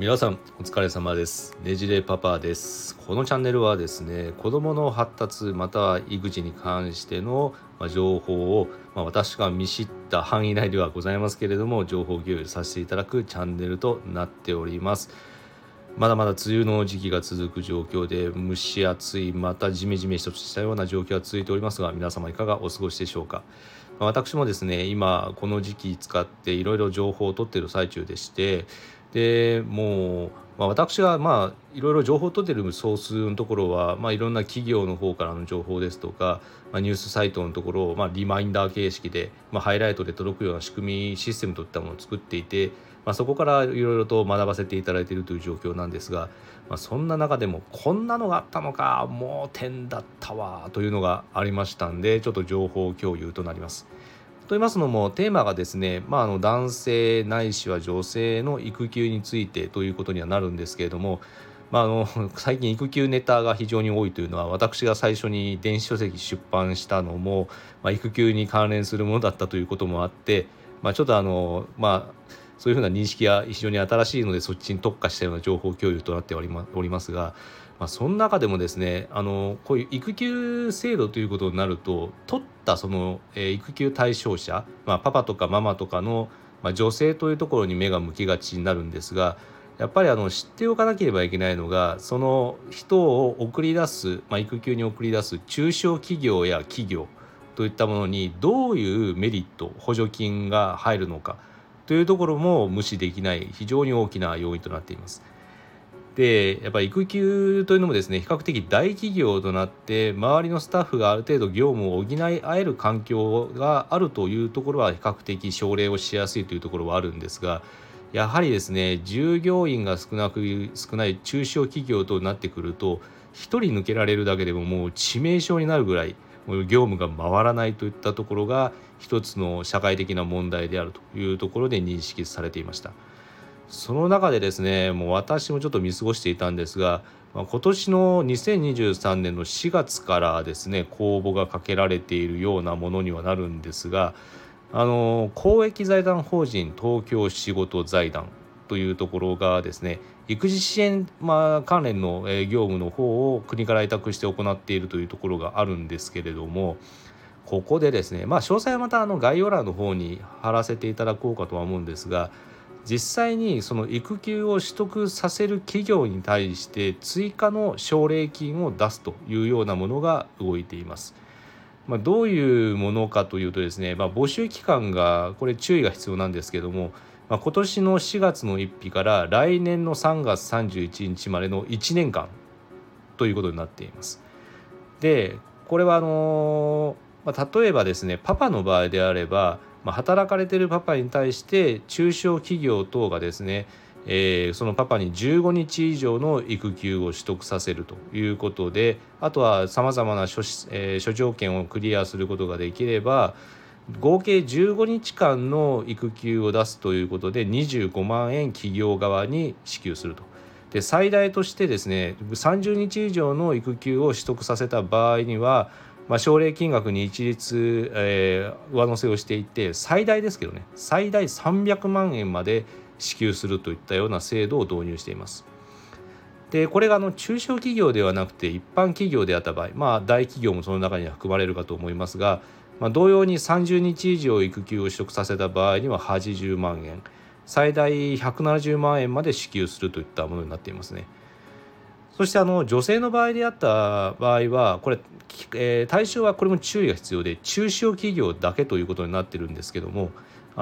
皆さんお疲れ様です。ねじれパパです。このチャンネルはですね、子どもの発達または育児に関しての情報を、私が見知った範囲内ではございますけれども、情報共有させていただくチャンネルとなっております。まだまだ梅雨の時期が続く状況で、蒸し暑い、またジメジメとしたような状況が続いておりますが、皆様いかがお過ごしでしょうか。私もですね、今この時期使っていろいろ情報を取っている最中でして、でもう、私がいろいろ情報を取っているソースのところは、いろんな企業の方からの情報ですとか、ニュースサイトのところを、リマインダー形式で、ハイライトで届くような仕組みシステムといったものを作っていて、そこからいろいろと学ばせていただいているという状況なんですが、そんな中でもこんなのがあったのか、もう点だったわというのがありましたんで、ちょっと情報共有となります。と言いますのも、テーマがですね、男性ないしは女性の育休についてということにはなるんですけれども、最近育休ネタが非常に多いというのは、私が最初に電子書籍出版したのも、育休に関連するものだったということもあって、ちょっとそういうふうな認識が非常に新しいので、そっちに特化したような情報共有となっておりますが、その中でもですね、こういう育休制度ということになると、取ったその、育休対象者、パパとかママとかの、女性というところに目が向きがちになるんですが、やっぱり知っておかなければいけないのが、その人を送り出す、育休に送り出す中小企業や企業といったものにどういうメリット、補助金が入るのかというところも無視できない非常に大きな要因となっています。で、やっぱり育休というのもですね、比較的大企業となって周りのスタッフがある程度業務を補い合える環境があるというところは比較的奨励をしやすいというところはあるんですが、やはりですね、従業員が少ない中小企業となってくると、一人抜けられるだけでももう致命傷になるぐらい、もう業務が回らないといったところが一つの社会的な問題であるというところで認識されていました。その中でですね、もう私もちょっと見過ごしていたんですが、今年の2023年の4月からですね、公募がかけられているようなものにはなるんですが、公益財団法人東京仕事財団というところがですね、育児支援、関連の業務の方を国から委託して行っているというところがあるんですけれども、ここでですね、詳細はまた概要欄の方に貼らせていただこうかとは思うんですが、実際にその育休を取得させる企業に対して追加の奨励金を出すというようなものが動いています。どういうものかというとですね、募集期間がこれ注意が必要なんですけども、今年の4月の1日から来年の3月31日までの1年間ということになっています。で、これは例えばですね、パパの場合であれば、働かれているパパに対して中小企業等がですね、そのパパに15日以上の育休を取得させるということで、あとはさまざまな諸条件をクリアすることができれば、合計15日間の育休を出すということで25万円企業側に支給すると。で、最大としてですね、30日以上の育休を取得させた場合には、奨励金額に一律、上乗せをしていて、最大ですけどね、最大300万円まで支給するといったような制度を導入しています。で、これが中小企業ではなくて一般企業であった場合、大企業もその中には含まれるかと思いますが、同様に30日以上育休を取得させた場合には80万円、最大170万円まで支給するといったものになっていますね。そして女性の場合であった場合はこれ、対象はこれも注意が必要で、中小企業だけということになっているんですけども、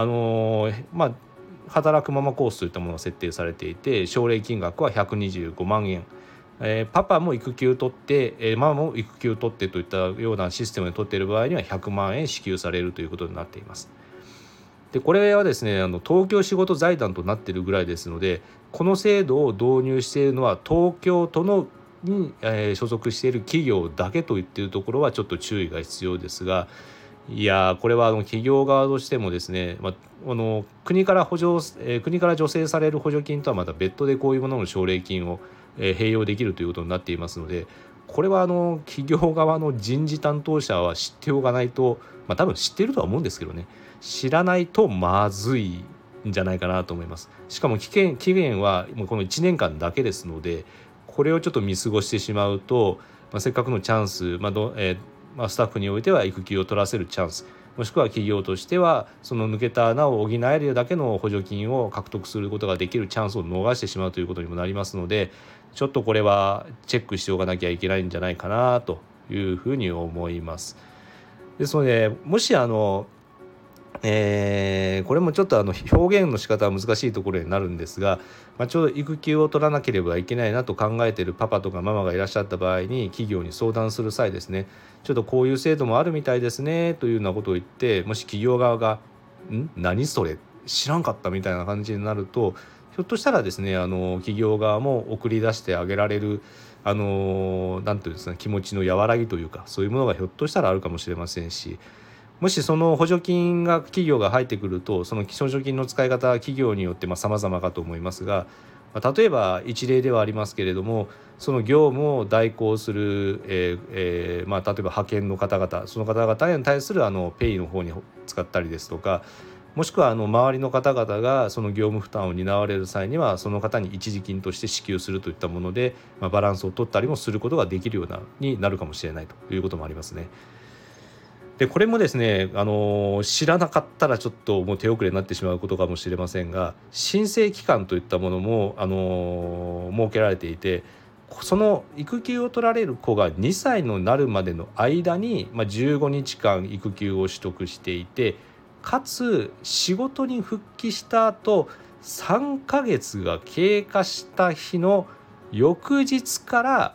働くママコースといったものが設定されていて、奨励金額は125万円、パパも育休取って、ママも育休取ってといったようなシステムで取っている場合には100万円支給されるということになっています。で、これはですね、東京仕事財団となっているぐらいですので、この制度を導入しているのは東京都に所属している企業だけと言っているところはちょっと注意が必要ですが、いや、これは企業側としてもですね、国から助成される補助金とはまた別途でこういうものの奨励金を併用できるということになっていますので、これは企業側の人事担当者は知っておかないと、多分知っているとは思うんですけどね、知らないとまずいんじゃないかなと思います。しかも期限はもうこの1年間だけですので、これをちょっと見過ごしてしまうと、せっかくのチャンス、スタッフにおいては育休を取らせるチャンス、もしくは企業としてはその抜けた穴を補えるだけの補助金を獲得することができるチャンスを逃してしまうということにもなりますので、ちょっとこれはチェックしておかなきゃいけないんじゃないかなというふうに思います。ですので、もしこれもちょっと表現の仕方は難しいところになるんですが、ちょうど育休を取らなければいけないなと考えているパパとかママがいらっしゃった場合に、企業に相談する際ですね、ちょっとこういう制度もあるみたいですねというようなことを言って、もし企業側が何それ知らんかったみたいな感じになると、ひょっとしたらですね、企業側も送り出してあげられるなんていうんですか、気持ちの和らぎというか、そういうものがひょっとしたらあるかもしれませんし、もしその補助金が企業が入ってくると、その補助金の使い方は企業によって様々かと思いますが、例えば一例ではありますけれども、その業務を代行する、例えば派遣の方々、その方々に対するペイの方に使ったりですとか、もしくは周りの方々がその業務負担を担われる際にはその方に一時金として支給するといったもので、バランスを取ったりもすることができるようになるかもしれないということもありますね。でこれもですね、知らなかったらちょっともう手遅れになってしまうことかもしれませんが、申請期間といったものも、設けられていて、その育休を取られる子が2歳のなるまでの間に、15日間育休を取得していて、かつ仕事に復帰した後3ヶ月が経過した日の翌日から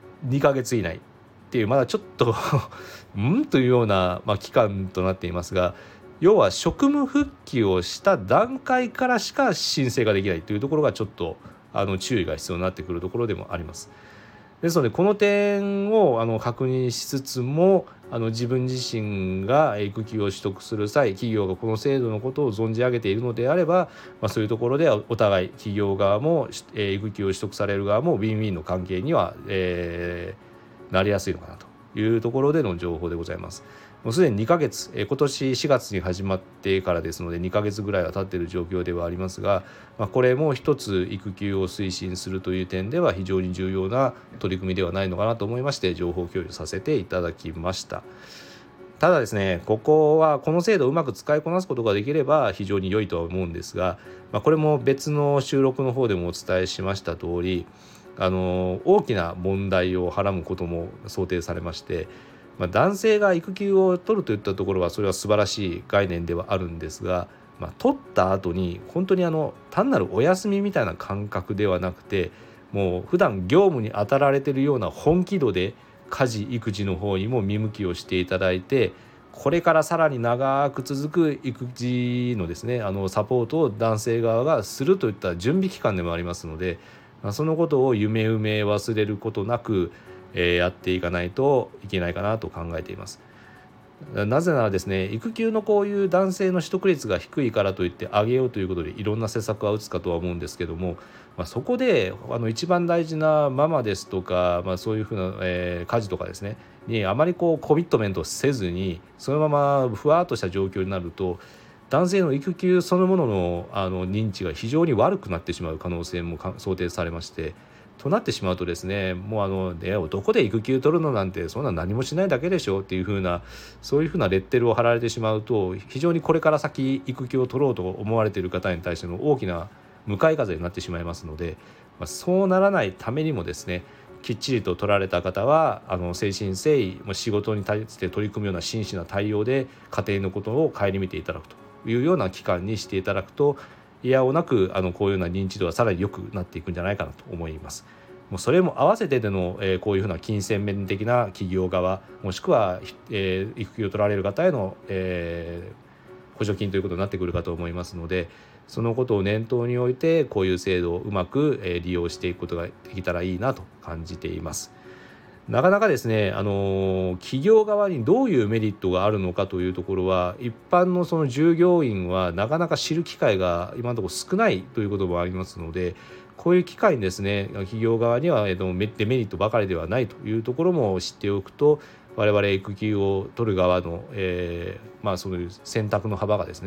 2ヶ月以内っていう、まだちょっとというような、期間となっていますが、要は職務復帰をした段階からしか申請ができないというところがちょっと注意が必要になってくるところでもあります。ですのでこの点を確認しつつも、自分自身が育休を取得する際、企業がこの制度のことを存じ上げているのであれば、そういうところではお互い企業側も、育休を取得される側もウィンウィンの関係には、なりやすいのかなというところでの情報でございます。もうすでに2ヶ月、今年4月に始まってからですので2ヶ月ぐらいは経っている状況ではありますが、これも一つ育休を推進するという点では非常に重要な取り組みではないのかなと思いまして、情報共有させていただきました。ただですね、この制度をうまく使いこなすことができれば非常に良いとは思うんですが、これも別の収録の方でもお伝えしました通り、大きな問題をはらむことも想定されまして、男性が育休を取るといったところはそれは素晴らしい概念ではあるんですが、取った後に本当に単なるお休みみたいな感覚ではなくて、もう普段業務に当たられているような本気度で家事育児の方にも見向きをしていただいて、これからさらに長く続く育児のですね、サポートを男性側がするといった準備期間でもありますので、そのことを夢忘れることなく、やっていかないといけないかなと考えています。なぜならですね、育休のこういう男性の取得率が低いからといって上げようということでいろんな施策は打つかとは思うんですけども、そこで一番大事なママですとか、そういうふうな、家事とかですねにあまりコミットメントせずにそのままふわっとした状況になると、男性の育休そのものの、認知が非常に悪くなってしまう可能性も想定されまして、となってしまうとですね、もうどこで育休取るのなんてそんな何もしないだけでしょっていう風な、そういう風なレッテルを貼られてしまうと、非常にこれから先育休を取ろうと思われている方に対しての大きな向かい風になってしまいますので、そうならないためにもですね、きっちりと取られた方は誠心誠意仕事に対して取り組むような真摯な対応で家庭のことを顧みていただくというような期間にしていただくと、いやおなくこういうような認知度はさらに良くなっていくんじゃないかなと思います。もうそれも合わせてでの、こういうふうな金銭面的な企業側、もしくは、育休を取られる方への、補助金ということになってくるかと思いますので、そのことを念頭に置いてこういう制度をうまく、利用していくことができたらいいなと感じています。なかなかですね、企業側にどういうメリットがあるのかというところは、一般のその従業員はなかなか知る機会が今のところ少ないということもありますので、こういう機会にですね、企業側にはデメリットばかりではないというところも知っておくと、我々育休を取る側の、そういう選択の幅がですね、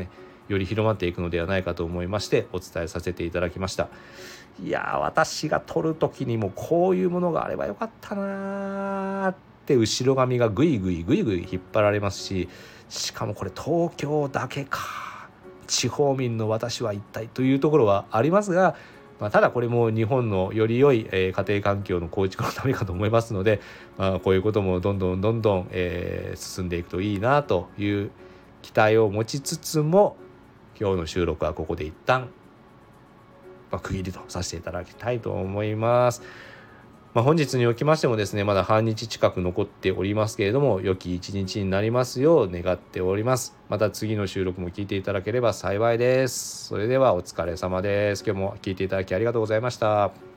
より広まっていくのではないかと思いましてお伝えさせていただきました。いや私が撮る時にもこういうものがあればよかったなって後ろ髪がぐいぐい引っ張られますし、しかもこれ東京だけか、地方民の私は一体というところはありますが、ただこれも日本のより良い、家庭環境の構築のためかと思いますので、こういうこともどんどん、進んでいくといいなという期待を持ちつつも、今日の収録はここで一旦、区切りとさせていただきたいと思います。本日におきましてもですね、まだ半日近く残っておりますけれども、良き一日になりますよう願っております。また次の収録も聞いていただければ幸いです。それではお疲れ様です。今日も聞いていただきありがとうございました。